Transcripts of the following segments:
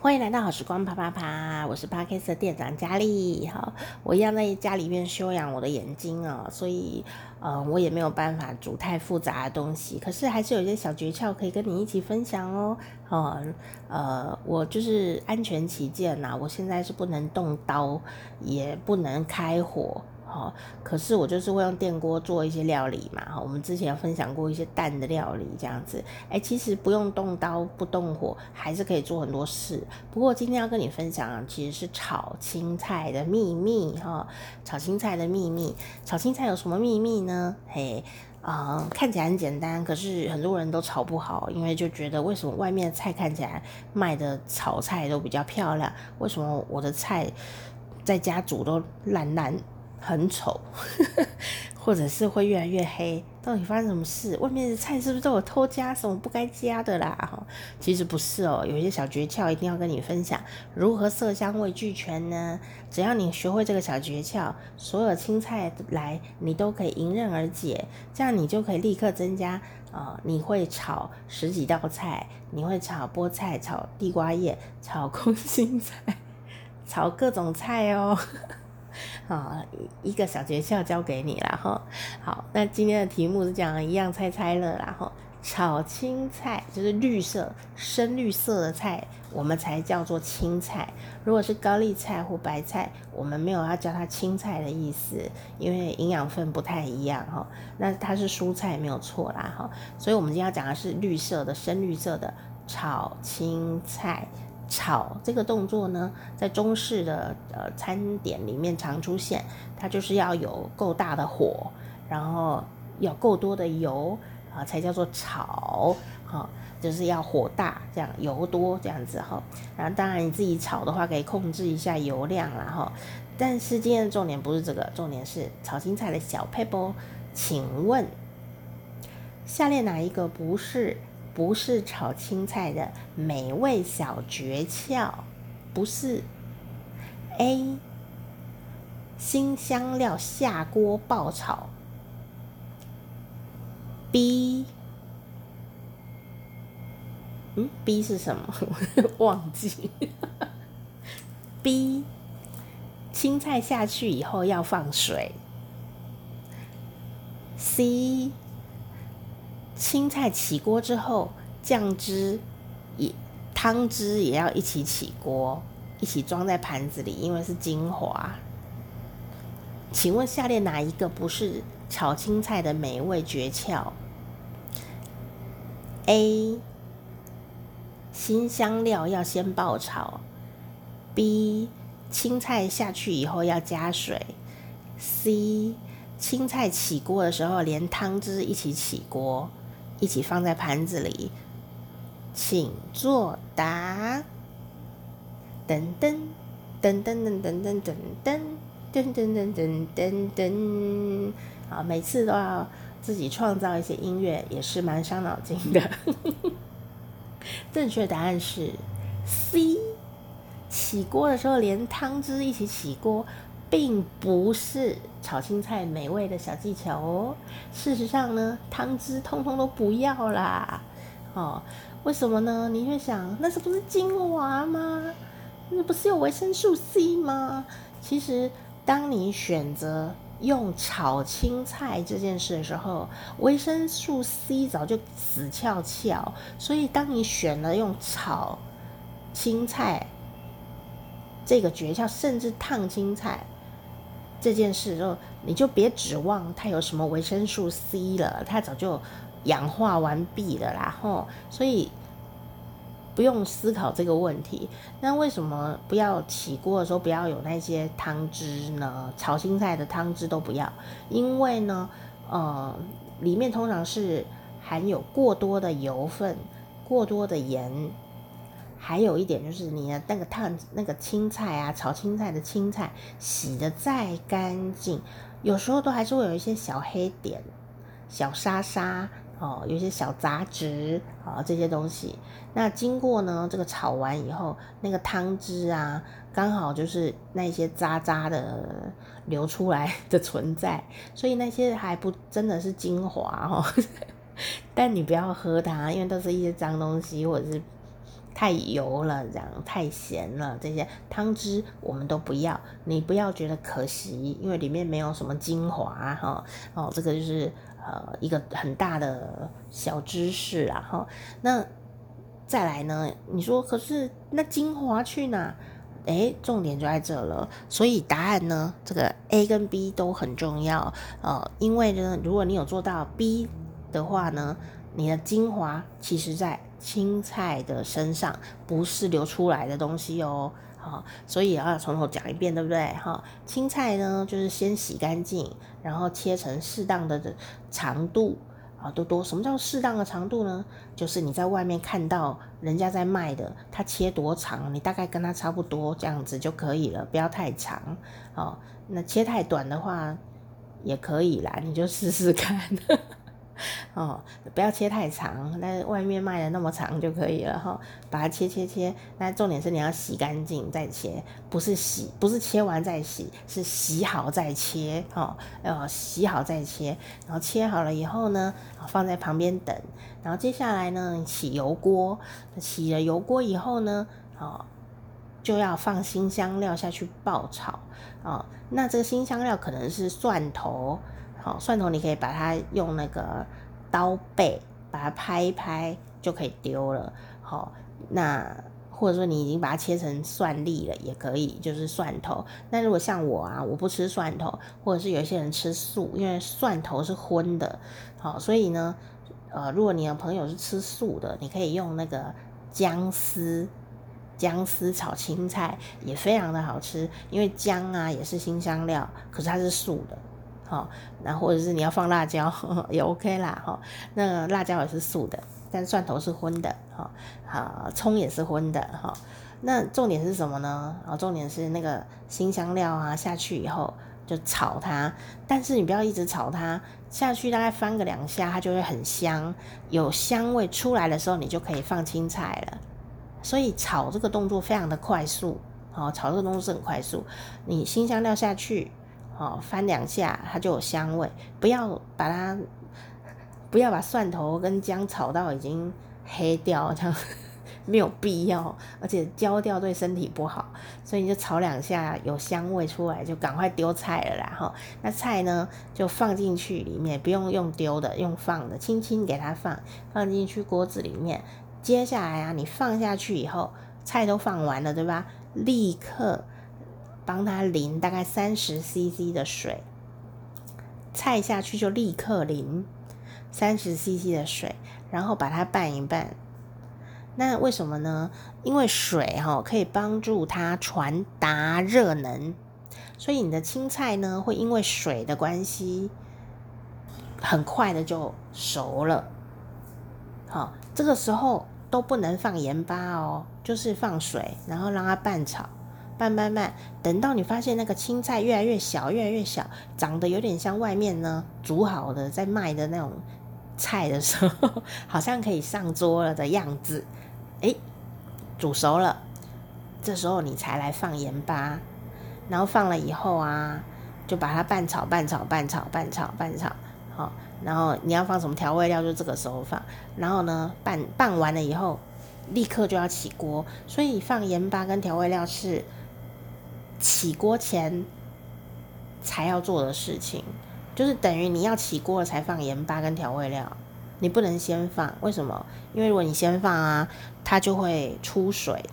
欢迎来到好时光啪啪啪，我是 Podcast 的店长佳丽。好，我一样在家里面休养我的眼睛哦，所以我也没有办法煮太复杂的东西，可是还是有一些小诀窍可以跟你一起分享哦。我就是安全起见啦，我现在是不能动刀，也不能开火。可是我就是会用电锅做一些料理嘛，我们之前有分享过一些蛋的料理这样子，其实不用动刀不动火还是可以做很多事。不过今天要跟你分享其实是炒青菜的秘密炒青菜的秘密，炒青菜有什么秘密呢？看起来很简单，可是很多人都炒不好，因为就觉得为什么外面的菜看起来卖的炒菜都比较漂亮，为什么我的菜在家煮都烂烂很丑或者是会越来越黑，到底发生什么事？外面的菜是不是都有偷加什么不该加的啦？其实不是哦，有一些小诀窍一定要跟你分享。如何色香味俱全呢？只要你学会这个小诀窍，所有青菜来你都可以迎刃而解，这样你就可以立刻增加你会炒10几道菜，你会炒菠菜、炒地瓜叶、炒空心菜，炒各种菜哦。一个小诀窍教给你啦哈。好，那今天的题目是讲一样猜猜乐啦哈。炒青菜就是绿色、深绿色的菜，我们才叫做青菜。如果是高丽菜或白菜，我们没有要叫它青菜的意思，因为营养分不太一样哈。那它是蔬菜没有错啦哈。所以我们今天要讲的是绿色的、深绿色的炒青菜。炒这个动作呢，在中式的餐点里面常出现，它就是要有够大的火，然后要够多的油才叫做炒就是要火大，这样油多这样子哈。然后当然你自己炒的话，可以控制一下油量啦哈。但是今天的重点不是这个，重点是炒青菜的小撇步。请问，下列哪一个不是炒青菜的美味小诀窍？不是 A. 新香料下锅爆炒， B. B 是什么？忘记B. 青菜下去以后要放水， C. 青菜起锅之后，酱汁汤汁也要一起起锅，一起装在盘子里，因为是精华。请问下列哪一个不是炒青菜的美味诀窍？ A. 新香料要先爆炒， B. 青菜下去以后要加水， C. 青菜起锅的时候连汤汁一起起锅，一起放在盘子里。请作答。噔噔噔噔噔噔噔噔噔噔噔噔噔噔噔。好，每次都要自己创造一些音乐，也是蛮伤脑筋的。正确答案是 C。起锅的时候连汤汁一起起锅，并不是炒青菜美味的小技巧哦。事实上呢，汤汁通通都不要啦。为什么呢？你会想，那是不是精华吗？那不是有维生素 C 吗？其实，当你选择用炒青菜这件事的时候，维生素 C 早就死翘翘，所以当你选了用炒青菜这个诀窍，甚至烫青菜这件事之后，你就别指望它有什么维生素 C 了，它早就氧化完毕了啦所以不用思考这个问题。那为什么不要起锅的时候不要有那些汤汁呢？炒青菜的汤汁都不要，因为呢里面通常是含有过多的油分、过多的盐，还有一点就是你的那个青菜啊，炒青菜的青菜洗得再干净，有时候都还是会有一些小黑点、小沙沙有一些小杂质这些东西。那经过呢这个炒完以后，那个汤汁啊，刚好就是那些渣渣的流出来的存在，所以那些还不真的是精华但你不要喝它，因为都是一些脏东西或者是太油了，这样太咸了，这些汤汁我们都不要。你不要觉得可惜，因为里面没有什么精华这个就是一个很大的小知识啦那再来呢，你说可是那精华去哪？重点就在这了。所以答案呢，这个 A 跟 B 都很重要因为呢，如果你有做到 B 的话呢，你的精华其实在青菜的身上，不是流出来的东西所以要从头讲一遍，对不对青菜呢，就是先洗干净，然后切成适当的长度多。什么叫适当的长度呢？就是你在外面看到人家在卖的，他切多长，你大概跟他差不多这样子就可以了，不要太长那切太短的话也可以啦，你就试试看不要切太长，那外面卖的那么长就可以了把它切，那重点是你要洗干净再切，不是切完再洗，是洗好再切洗好再切，然后切好了以后呢，放在旁边等，然后接下来呢，你起油锅，起了油锅以后呢就要放辛香料下去爆炒那这个辛香料可能是蒜头蒜头你可以把它用那个刀背把它拍一拍就可以丢了那或者说你已经把它切成蒜粒了也可以，就是蒜头。那如果像我不吃蒜头，或者是有一些人吃素，因为蒜头是荤的所以呢如果你的朋友是吃素的，你可以用那个姜丝炒青菜也非常的好吃，因为姜也是辛香料，可是它是素的那或者是你要放辣椒也 OK 啦那辣椒也是素的，但蒜头是荤的葱也是荤的那重点是什么呢重点是那个辛香料下去以后就炒它，但是你不要一直炒它，下去大概翻个2下它就会很香，有香味出来的时候你就可以放青菜了。所以炒这个动作非常的快速炒这个动作是很快速，你辛香料下去翻2下它就有香味，不要把蒜头跟姜炒到已经黑掉，这样没有必要，而且焦掉对身体不好，所以你就炒2下有香味出来就赶快丢菜了啦那菜呢就放进去里面，不用丢的，用放的，轻轻给它放进去锅子里面。接下来你放下去以后，菜都放完了对吧，立刻帮它淋大概30cc 的水，菜下去就立刻淋30cc 的水，然后把它拌一拌。那为什么呢？因为水可以帮助它传达热能，所以你的青菜呢会因为水的关系很快的就熟了这个时候都不能放盐巴就是放水，然后让它拌炒拌，等到你发现那个青菜越来越小，长得有点像外面呢煮好的在卖的那种菜的时候，好像可以上桌了的样子，煮熟了，这时候你才来放盐巴，然后放了以后就把它拌炒，然后你要放什么调味料就这个时候放，然后呢拌完了以后立刻就要起锅，所以放盐巴跟调味料是起锅前才要做的事情，就是等于你要起锅了才放盐巴跟调味料，你不能先放。为什么？因为如果你先放它就会出水。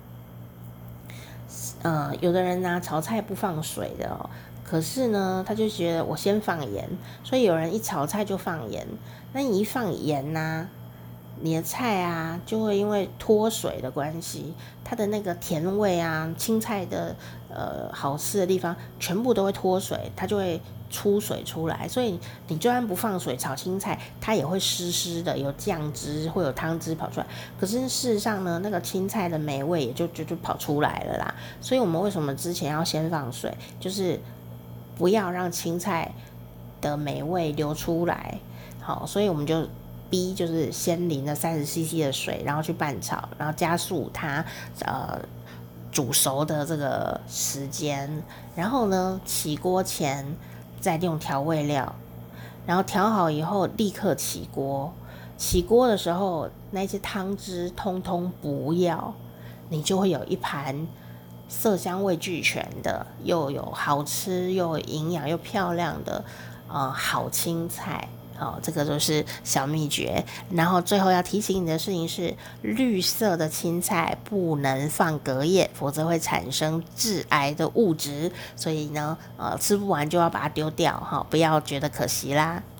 有的人炒菜不放水的可是呢他就觉得我先放盐，所以有人一炒菜就放盐，那你一放盐你的菜就会因为脱水的关系，它的那个甜味青菜的好吃的地方全部都会脱水，它就会出水出来，所以你就算不放水炒青菜，它也会湿湿的，有酱汁，会有汤汁跑出来。可是事实上呢，那个青菜的美味也就跑出来了啦。所以我们为什么之前要先放水，就是不要让青菜的美味流出来。好，所以我们就B 就是先淋了30cc 的水，然后去拌炒，然后加速它煮熟的这个时间，然后呢起锅前再用调味料，然后调好以后立刻起锅， 起锅的时候那些汤汁通通不要，你就会有一盘色香味俱全的，又有好吃又有营养又漂亮的好青菜。这个就是小秘诀。然后最后要提醒你的事情是，绿色的青菜不能放隔夜，否则会产生致癌的物质。所以呢，吃不完就要把它丢掉，不要觉得可惜啦。